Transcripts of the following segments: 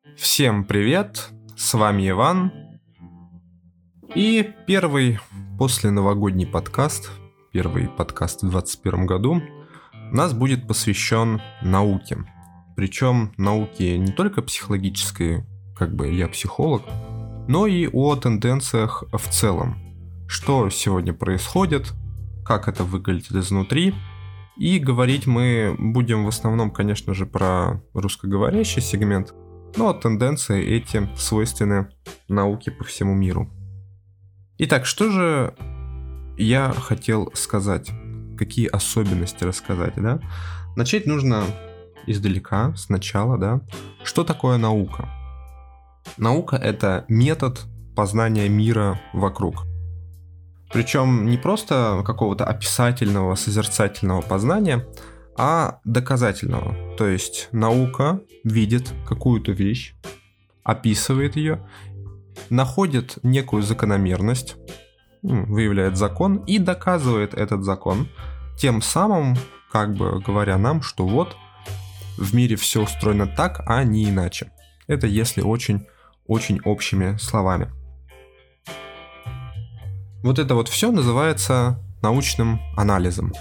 Всем привет, с вами Иван. И первый посленовогодний подкаст, первый подкаст в 2021 году, у нас будет посвящен науке. Причем науке не только психологической, я психолог, но и о тенденциях в целом. Что сегодня происходит, как это выглядит изнутри. И говорить мы будем в основном, конечно же, про русскоговорящий сегмент, но тенденции эти свойственны науке по всему миру. Итак, что же я хотел сказать? Какие особенности рассказать, да? Начать нужно издалека, сначала, да? Что такое наука? Наука — это метод познания мира вокруг. Причем не просто какого-то описательного, созерцательного познания, а доказательного. То есть наука видит какую-то вещь, описывает ее, находит некую закономерность, выявляет закон и доказывает этот закон, тем самым говоря нам, что вот в мире все устроено так, а не иначе. Это если очень общими словами. Вот это вот все называется научным анализом.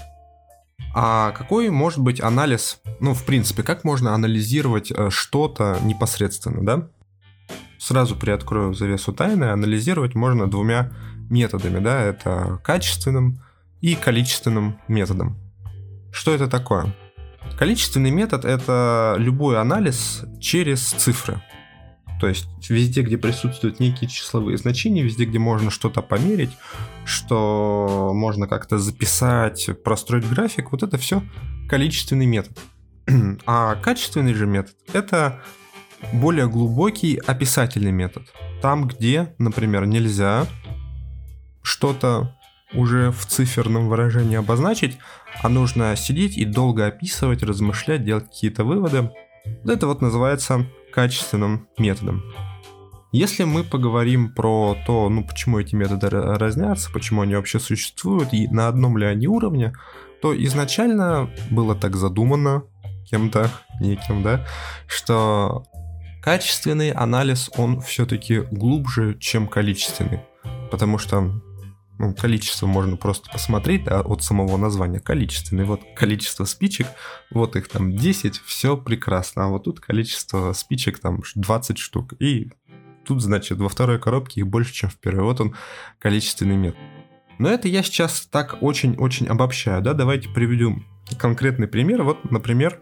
А какой может быть анализ, в принципе, как можно анализировать что-то непосредственно, да? Сразу приоткрою завесу тайны, анализировать можно двумя методами, да? Это качественным и количественным методом. Что это такое? Количественный метод — это любой анализ через цифры. То есть везде, где присутствуют некие числовые значения, везде, где можно что-то померить, что можно как-то записать, простроить график, вот это все количественный метод. А качественный же метод — это более глубокий описательный метод. Там, где, например, нельзя что-то уже в циферном выражении обозначить, а нужно сидеть и долго описывать, размышлять, делать какие-то выводы. Это вот называется качественным методом. Если мы поговорим про то, почему эти методы разнятся, почему они вообще существуют и на одном ли они уровне, то изначально было так задумано кем-то, неким, да, что качественный анализ, он все-таки глубже, чем количественный, потому что количество можно просто посмотреть, от самого названия количественный. Вот количество спичек, вот их там 10, все прекрасно. А вот тут количество спичек там 20 штук. И тут, значит, во второй коробке их больше, чем в первой. Вот он, количественный метод. Но это я сейчас так очень-очень обобщаю, да? Давайте приведем конкретный пример. Вот, например,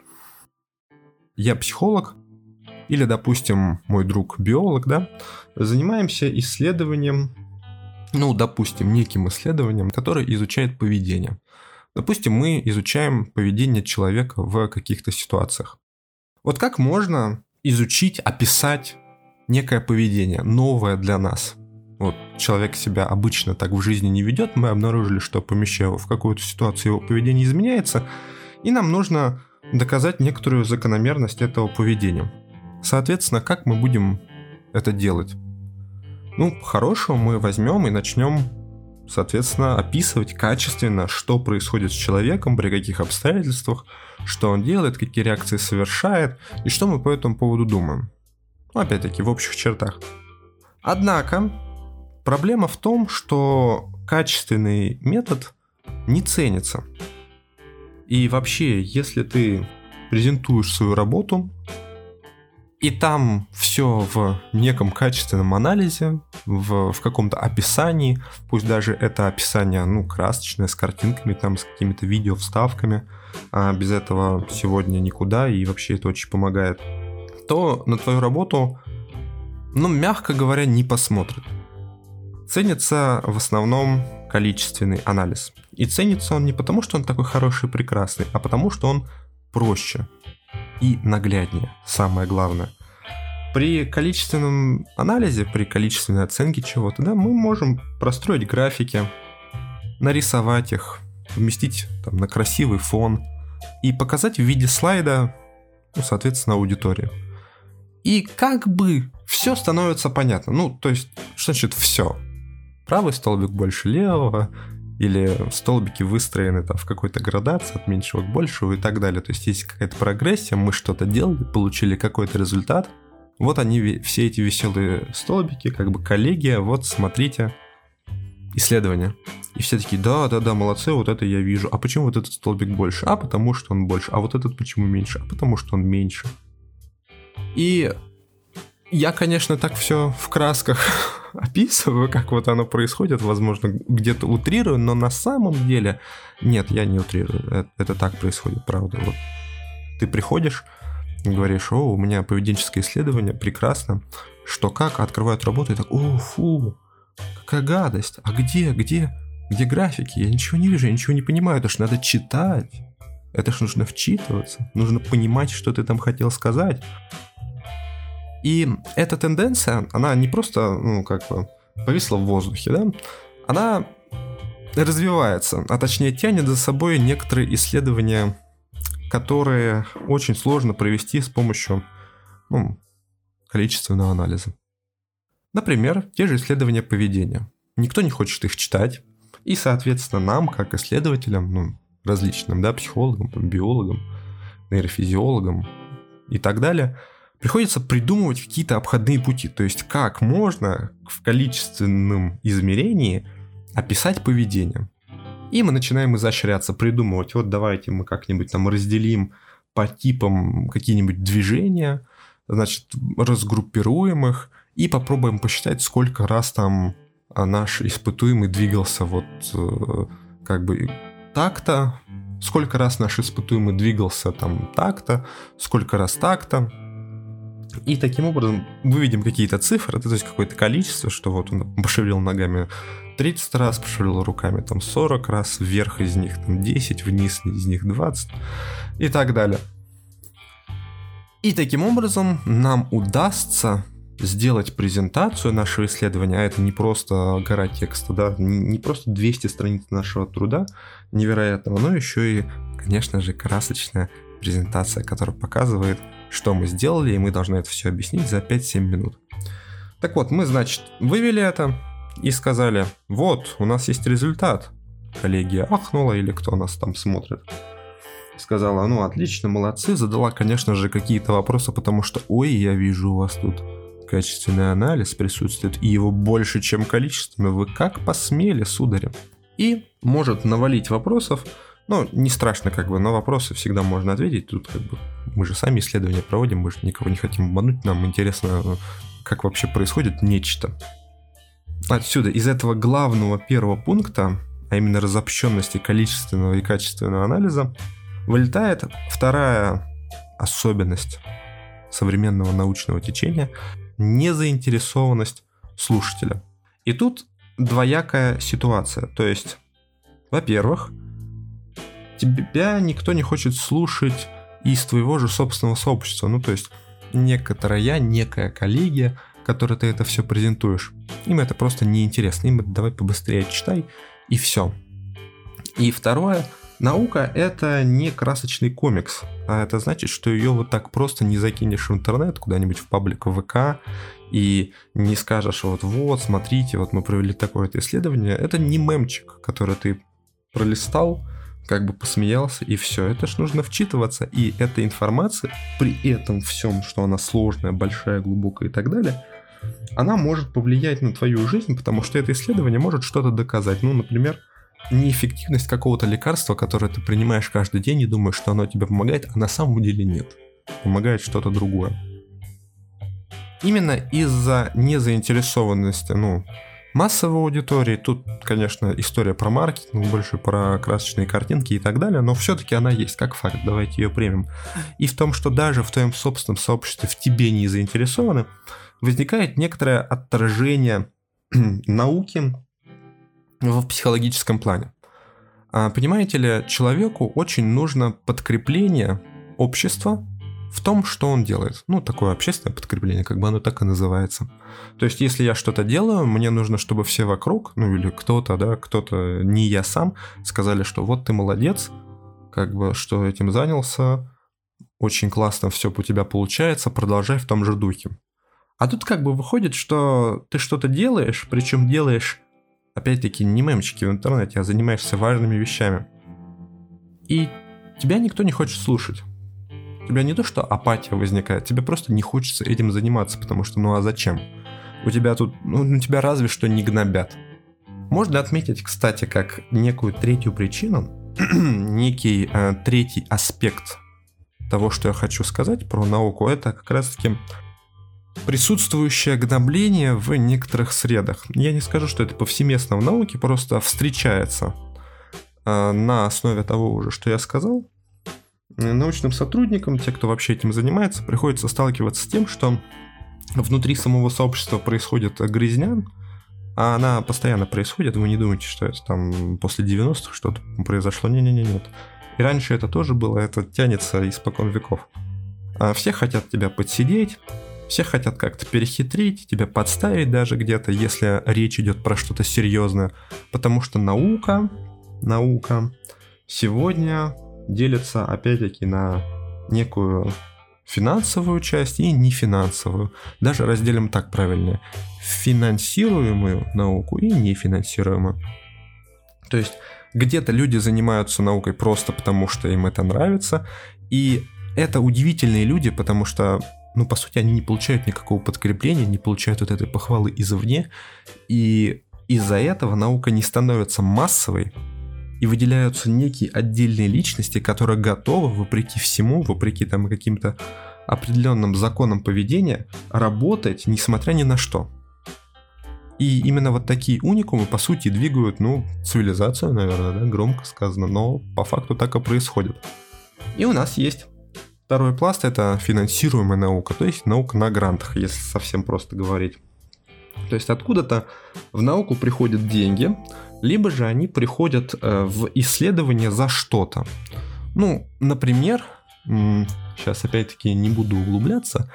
я психолог, или, допустим, мой друг биолог, да? Занимаемся исследованием, неким исследованием, которое изучает поведение. Допустим, мы изучаем поведение человека в каких-то ситуациях. Вот как можно изучить, описать некое поведение, новое для нас? Вот человек себя обычно так в жизни не ведет, мы обнаружили, что, помещая его в какую-то ситуацию, его поведение изменяется, и нам нужно доказать некоторую закономерность этого поведения. Соответственно, как мы будем это делать? По-хорошему мы возьмем и начнем, соответственно, описывать качественно, что происходит с человеком, при каких обстоятельствах, что он делает, какие реакции совершает и что мы по этому поводу думаем. Опять-таки, в общих чертах. Однако, проблема в том, что качественный метод не ценится. И вообще, если ты презентуешь свою работу, и там все в неком качественном анализе, в каком-то описании, пусть даже это описание, красочное, с картинками, там, с какими-то видео вставками, а без этого сегодня никуда, и вообще это очень помогает, то на твою работу, мягко говоря, не посмотрят. Ценится в основном количественный анализ. И ценится он не потому, что он такой хороший и прекрасный, а потому, что он проще и нагляднее, самое главное. При количественном анализе, при количественной оценке чего-то, да, мы можем простроить графики, нарисовать их, поместить там на красивый фон и показать в виде слайда, соответственно, аудитории. И все становится понятно. То есть, что значит все? Правый столбик больше левого, или столбики выстроены в какой-то градации от меньшего к большему и так далее. То есть есть какая-то прогрессия, мы что-то делали, получили какой-то результат, Вот они, все эти веселые столбики, как бы коллегия, вот смотрите, исследования. И все такие, да, молодцы, вот это я вижу. А почему вот этот столбик больше? А потому что он больше. А вот этот почему меньше? А потому что он меньше. И я, конечно, так все в красках описываю, как вот оно происходит, возможно, где-то утрирую, но на самом деле нет, я не утрирую. Это так происходит, правда. Вот ты приходишь, говоришь, о, у меня поведенческое исследование, прекрасно. Что как? Открывают работу и так, о, фу, какая гадость. А где графики? Я ничего не вижу, я ничего не понимаю. Это ж надо читать. Это ж нужно вчитываться. Нужно понимать, что ты там хотел сказать. И эта тенденция, она не просто, повисла в воздухе, да? Она развивается, а точнее тянет за собой некоторые исследования, которые очень сложно провести с помощью, количественного анализа. Например, те же исследования поведения. Никто не хочет их читать, и, соответственно, нам, как исследователям, различным, да, психологам, биологам, нейрофизиологам и так далее, приходится придумывать какие-то обходные пути. То есть, как можно в количественном измерении описать поведение. И мы начинаем изощряться, придумывать, вот давайте мы как-нибудь там разделим по типам какие-нибудь движения, значит, разгруппируем их и попробуем посчитать, сколько раз там наш испытуемый двигался вот как бы так-то, сколько раз наш испытуемый двигался там так-то, сколько раз так-то. И таким образом выведем какие-то цифры, то есть какое-то количество, что вот он пошевелил ногами 30 раз, пошевелил руками там 40 раз, вверх из них там 10, вниз из них 20 и так далее. И таким образом нам удастся сделать презентацию нашего исследования, а это не просто гора текста, да, не просто 200 страниц нашего труда невероятного, но еще и, конечно же, красочная презентация, которая показывает, что мы сделали, и мы должны это все объяснить за 5-7 минут. Так вот, мы, значит, вывели это и сказали, вот, у нас есть результат. Коллегия ахнула, или кто нас там смотрит, сказала, отлично, молодцы, задала, конечно же, какие-то вопросы, потому что, ой, я вижу, у вас тут качественный анализ присутствует, и его больше, чем количественно. Вы как посмели, сударя? И может навалить вопросов. Не страшно, на вопросы всегда можно ответить. Тут мы же сами исследования проводим, мы же никого не хотим обмануть, нам интересно, как вообще происходит нечто. Отсюда, из этого главного первого пункта, а именно разобщенности количественного и качественного анализа, вылетает вторая особенность современного научного течения – незаинтересованность слушателя. И тут двоякая ситуация. То есть, во-первых, тебя никто не хочет слушать из твоего же собственного сообщества. То есть, некая коллегия, которой ты это все презентуешь. Им это просто неинтересно. Им это давай побыстрее читай, и все. И второе, наука — это не красочный комикс, а это значит, что ее вот так просто не закинешь в интернет, куда-нибудь в паблик ВК, и не скажешь, вот, смотрите, вот мы провели такое-то исследование. Это не мемчик, который ты пролистал, посмеялся, и все. Это ж нужно вчитываться, и эта информация, при этом всем, что она сложная, большая, глубокая и так далее, она может повлиять на твою жизнь, потому что это исследование может что-то доказать. Например, неэффективность какого-то лекарства, которое ты принимаешь каждый день и думаешь, что оно тебе помогает, а на самом деле нет. Помогает что-то другое. Именно из-за незаинтересованности, массовой аудитории, тут, конечно, история про маркетинг, больше про красочные картинки и так далее, но все-таки она есть, как факт, давайте ее примем. И в том, что даже в твоем собственном сообществе в тебе не заинтересованы, возникает некоторое отторжение науки в психологическом плане. Понимаете ли, человеку очень нужно подкрепление общества в том, что он делает. Такое общественное подкрепление, оно так и называется. То есть, если я что-то делаю, мне нужно, чтобы все вокруг, или кто-то, не я сам, сказали, что вот ты молодец, что этим занялся, очень классно все у тебя получается, продолжай в том же духе. А тут выходит, что ты что-то делаешь, причем делаешь, опять-таки, не мемчики в интернете, а занимаешься важными вещами. И тебя никто не хочет слушать. У тебя не то, что апатия возникает, тебе просто не хочется этим заниматься, потому что, ну а зачем? У тебя тут, ну тебя разве что не гнобят. Можно отметить, кстати, как некую третью причину, некий третий аспект того, что я хочу сказать про науку, это как раз-таки присутствующее гнобление в некоторых средах. Я не скажу, что это повсеместно в науке, просто встречается на основе того уже, что я сказал. Научным сотрудникам, те, кто вообще этим занимается, приходится сталкиваться с тем, что внутри самого сообщества происходит грязня, а она постоянно происходит. Вы не думайте, что это там после 90-х что-то произошло. Нет. И раньше это тоже было, это тянется испокон веков. Все хотят тебя подсидеть, все хотят как-то перехитрить, тебя подставить даже где-то, если речь идет про что-то серьезное. Потому что наука сегодня делится опять-таки на некую финансовую часть и нефинансовую. Даже разделим так правильнее. Финансируемую науку и нефинансируемую. То есть где-то люди занимаются наукой просто потому, что им это нравится. И это удивительные люди, потому что, по сути, они не получают никакого подкрепления, не получают вот этой похвалы извне. И из-за этого наука не становится массовой. И выделяются некие отдельные личности, которые готовы, вопреки всему, вопреки там каким-то определенным законам поведения, работать, несмотря ни на что. И именно вот такие уникумы, по сути, двигают, цивилизацию, наверное, да, громко сказано, но по факту так и происходит. И у нас есть второй пласт, это финансируемая наука, то есть наука на грантах, если совсем просто говорить. То есть откуда-то в науку приходят деньги, либо же они приходят в исследование за что-то. Например, сейчас опять-таки не буду углубляться,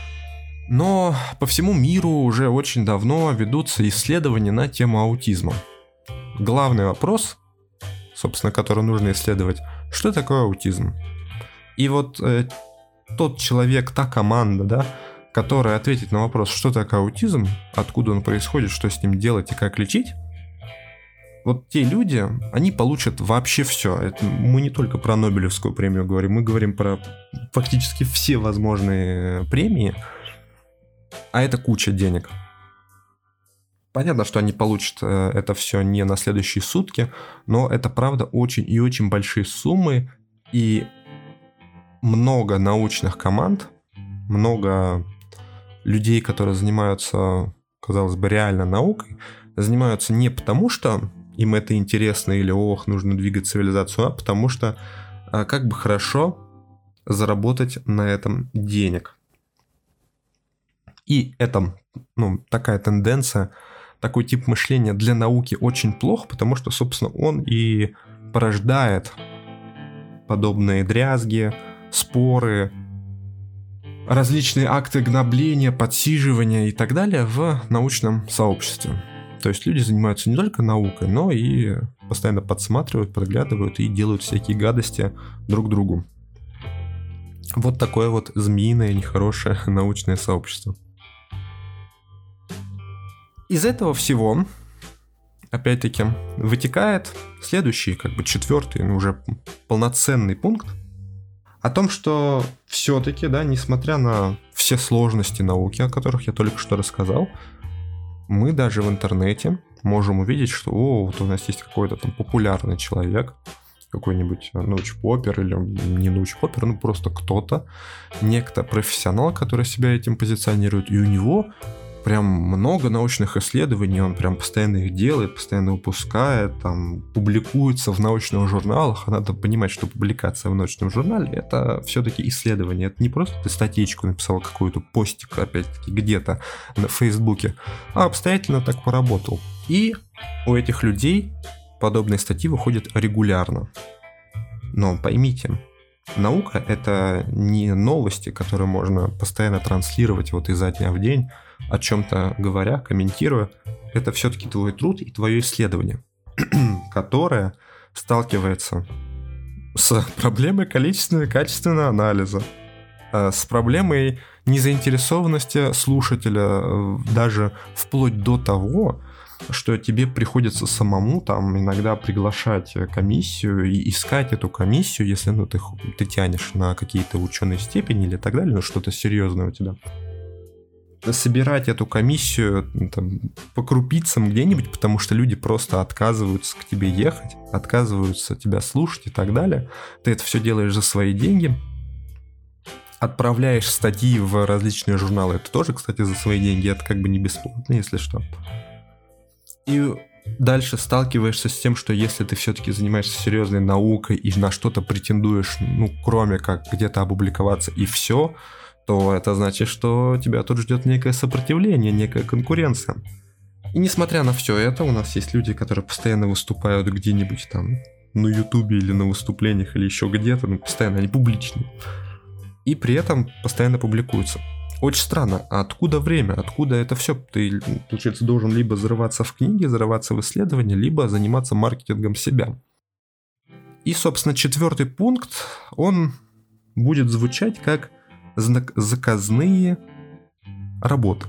но по всему миру уже очень давно ведутся исследования на тему аутизма. Главный вопрос, собственно, который нужно исследовать, что такое аутизм? И вот тот человек, та команда, да, которая ответит на вопрос, что такое аутизм, откуда он происходит, что с ним делать и как лечить, вот те люди, они получат вообще все. Это мы не только про Нобелевскую премию говорим, мы говорим про фактически все возможные премии, а это куча денег. Понятно, что они получат это все не на следующие сутки, но это правда очень и очень большие суммы, и много научных команд, много людей, которые занимаются, казалось бы, реально наукой, занимаются не потому, что им это интересно или нужно двигать цивилизацию, а потому что как бы хорошо заработать на этом денег. И это, такая тенденция, такой тип мышления для науки очень плох, потому что, собственно, он и порождает подобные дрязги, споры, различные акты гнобления, подсиживания и так далее в научном сообществе. То есть люди занимаются не только наукой, но и постоянно подсматривают, подглядывают и делают всякие гадости друг другу. Вот такое вот змеиное, нехорошее научное сообщество. Из этого всего, опять-таки, вытекает следующий, четвертый, уже полноценный пункт о том, что все-таки, да, несмотря на все сложности науки, о которых я только что рассказал, мы даже в интернете можем увидеть, что вот у нас есть какой-то там популярный человек, какой-нибудь научпопер или не научпопер, просто кто-то, некто профессионал, который себя этим позиционирует, и у него прям много научных исследований, он прям постоянно их делает, постоянно выпускает, там, публикуется в научных журналах, а надо понимать, что публикация в научном журнале — это все-таки исследование, это не просто ты статейку написал, какой-то постик, опять-таки, где-то на Фейсбуке, а обстоятельно так поработал. И у этих людей подобные статьи выходят регулярно. Но поймите, наука — это не новости, которые можно постоянно транслировать вот изо дня в день, о чем-то говоря, комментируя. Это все-таки твой труд и твое исследование, которое сталкивается с проблемой количественного и качественного анализа, с проблемой незаинтересованности слушателя, даже вплоть до того, что тебе приходится самому там иногда приглашать комиссию и искать эту комиссию, если ты тянешь на какие-то ученые степени или так далее, что-то серьезное у тебя. Собирать эту комиссию там, по крупицам где-нибудь, потому что люди просто отказываются к тебе ехать, отказываются тебя слушать и так далее. Ты это все делаешь за свои деньги. Отправляешь статьи в различные журналы. Это тоже, кстати, за свои деньги. Это как бы не бесплатно, если что. И дальше сталкиваешься с тем, что если ты все-таки занимаешься серьезной наукой и на что-то претендуешь, кроме как где-то опубликоваться и все, то это значит, что тебя тут ждет некое сопротивление, некая конкуренция. И несмотря на все это, у нас есть люди, которые постоянно выступают где-нибудь там на Ютубе или на выступлениях или еще где-то, постоянно они публичные. И при этом постоянно публикуются. Очень странно, а откуда время, откуда это все? Ты, получается, должен либо зарываться в книги, зарываться в исследования, либо заниматься маркетингом себя. И, собственно, 4 пункт, он будет звучать как заказные работы.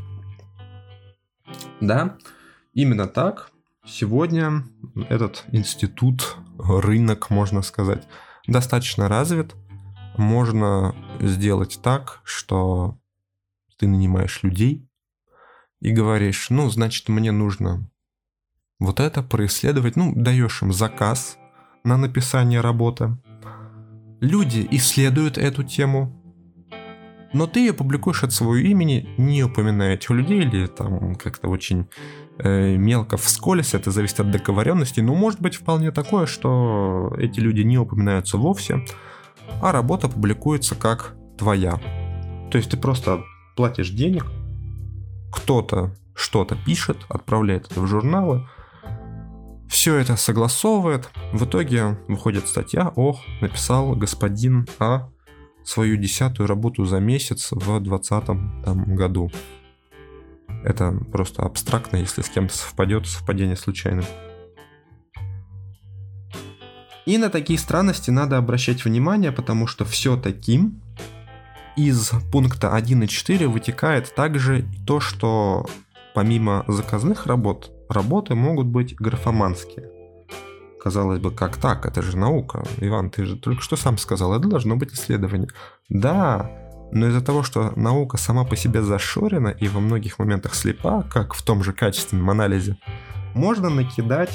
Да, именно так. Сегодня этот институт, рынок, можно сказать, достаточно развит. Можно сделать так, что ты нанимаешь людей и говоришь, значит, мне нужно вот это происследовать. Даешь им заказ на написание работы. Люди исследуют эту тему, но ты ее публикуешь от своего имени, не упоминая этих людей или там как-то очень мелко вскользь, это зависит от договоренности. Но может быть вполне такое, что эти люди не упоминаются вовсе, а работа публикуется как твоя. То есть ты просто платишь денег, кто-то что-то пишет, отправляет это в журналы, все это согласовывает, в итоге выходит статья: написал господин А свою 10-ю работу за месяц в 2020 году. Это просто абстрактно, если с кем-то совпадет, совпадение случайное. И на такие странности надо обращать внимание, потому что все-таки из пункта 1 и 4 вытекает также то, что помимо заказных работ, работы могут быть графоманские. Казалось бы, как так? Это же наука. Иван, ты же только что сам сказал, это должно быть исследование. Да, но из-за того, что наука сама по себе зашорена и во многих моментах слепа, как в том же качественном анализе, можно накидать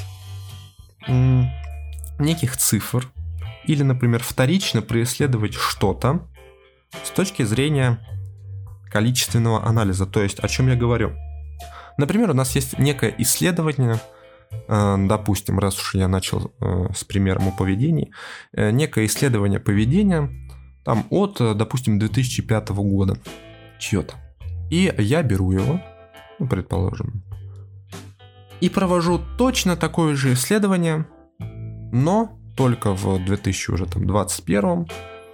неких цифр или, например, вторично происследовать что-то с точки зрения количественного анализа. То есть, о чем я говорю? Например, у нас есть некое исследование, допустим, раз уж я начал с примером о поведении, некое исследование поведения там от, допустим, 2005 года чье-то. И я беру его, предположим, и провожу точно такое же исследование, но только в 2021.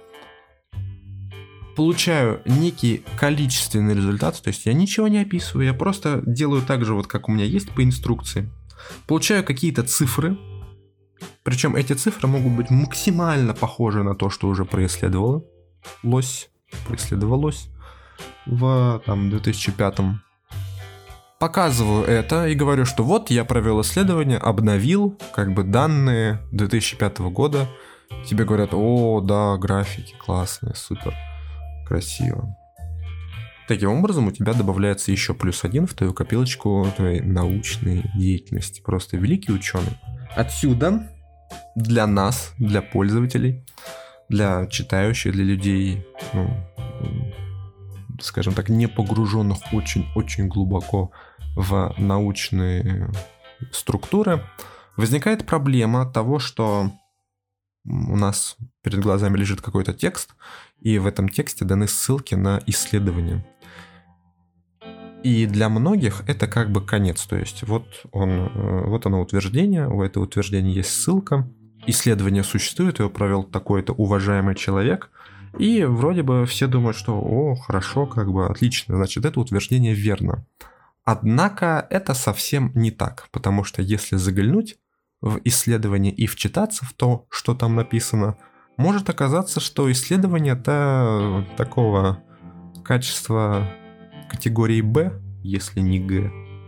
Получаю некий количественный результат, то есть я ничего не описываю, я просто делаю так же, как у меня есть по инструкции. Получаю какие-то цифры, причем эти цифры могут быть максимально похожи на то, что уже происследовалось в 2005. Показываю это и говорю, что вот я провел исследование, обновил данные 2005 года. Тебе говорят: о, да, графики классные, супер, красиво. Таким образом, у тебя добавляется еще +1 в твою копилочку твоей научной деятельности. Просто великий ученый. Отсюда для нас, для пользователей, для читающих, для людей, скажем так, не погруженных очень-очень глубоко в научные структуры, возникает проблема того, что у нас перед глазами лежит какой-то текст, и в этом тексте даны ссылки на исследования. И для многих это конец. То есть вот оно утверждение, у этого утверждения есть ссылка, исследование существует, его провел такой-то уважаемый человек, и вроде бы все думают, что хорошо, отлично, значит, это утверждение верно. Однако это совсем не так, потому что если заглянуть в исследование и вчитаться в то, что там написано, может оказаться, что исследование это такого качества категории Б, если не Г.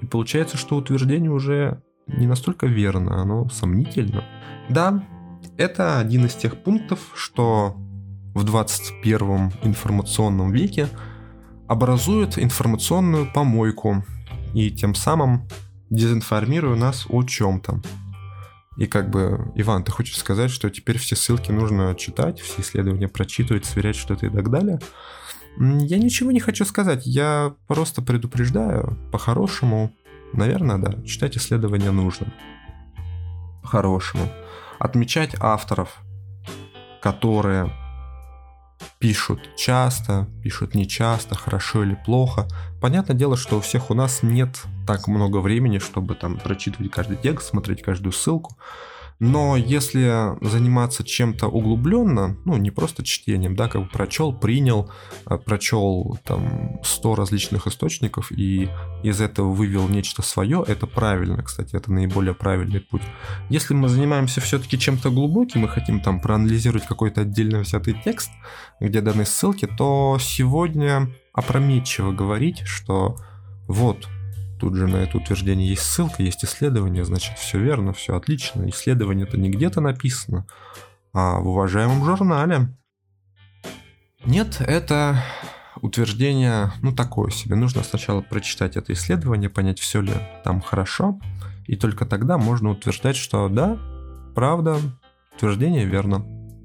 И получается, что утверждение уже не настолько верно, оно сомнительно. Да, это один из тех пунктов, что в 21 информационном веке образует информационную помойку и тем самым дезинформируя нас о чем-то. И Иван, ты хочешь сказать, что теперь все ссылки нужно читать, все исследования прочитывать, сверять что-то и так далее? Я ничего не хочу сказать, я просто предупреждаю, по-хорошему, наверное, да, читать исследования нужно. По-хорошему. Отмечать авторов, которые пишут часто, пишут нечасто, хорошо или плохо. Понятное дело, что у всех у нас нет так много времени, чтобы там прочитывать каждый текст, смотреть каждую ссылку. Но если заниматься чем-то углубленно, не просто чтением, да, прочел, принял, прочел там 100 различных источников и из этого вывел нечто свое, это правильно, кстати, это наиболее правильный путь. Если мы занимаемся все-таки чем-то глубоким и хотим там проанализировать какой-то отдельно взятый текст, где даны ссылки, то сегодня опрометчиво говорить, что вот, тут же на это утверждение есть ссылка, есть исследование, значит, все верно, все отлично. Исследование-то не где-то написано, а в уважаемом журнале. Нет, это утверждение, такое себе. Нужно сначала прочитать это исследование, понять, все ли там хорошо, и только тогда можно утверждать, что да, правда, утверждение верно.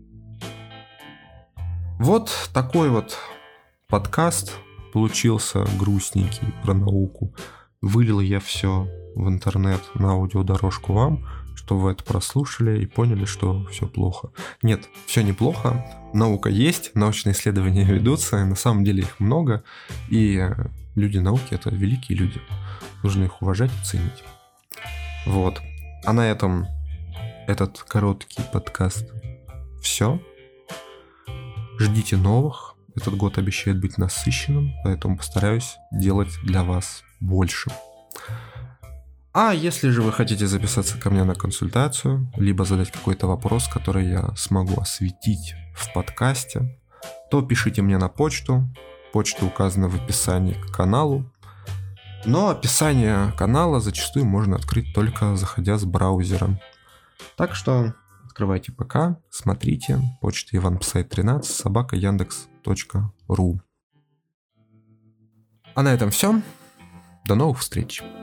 Вот такой вот подкаст получился грустненький про науку. Вылил я все в интернет на аудиодорожку вам, чтобы вы это прослушали и поняли, что все плохо. Нет, все неплохо. Наука есть, научные исследования ведутся, и на самом деле их много. И люди науки — это великие люди. Нужно их уважать и ценить. Вот. А на этом этот короткий подкаст все. Ждите новых. Этот год обещает быть насыщенным, поэтому постараюсь делать для вас больше. А если же вы хотите записаться ко мне на консультацию, либо задать какой-то вопрос, который я смогу осветить в подкасте, то пишите мне на почту. Почта указана в описании к каналу. Но описание канала зачастую можно открыть только заходя с браузера. Так что открывайте ПК, смотрите, почта ivanpsay13 @yandex.ru. А на этом все. До новых встреч!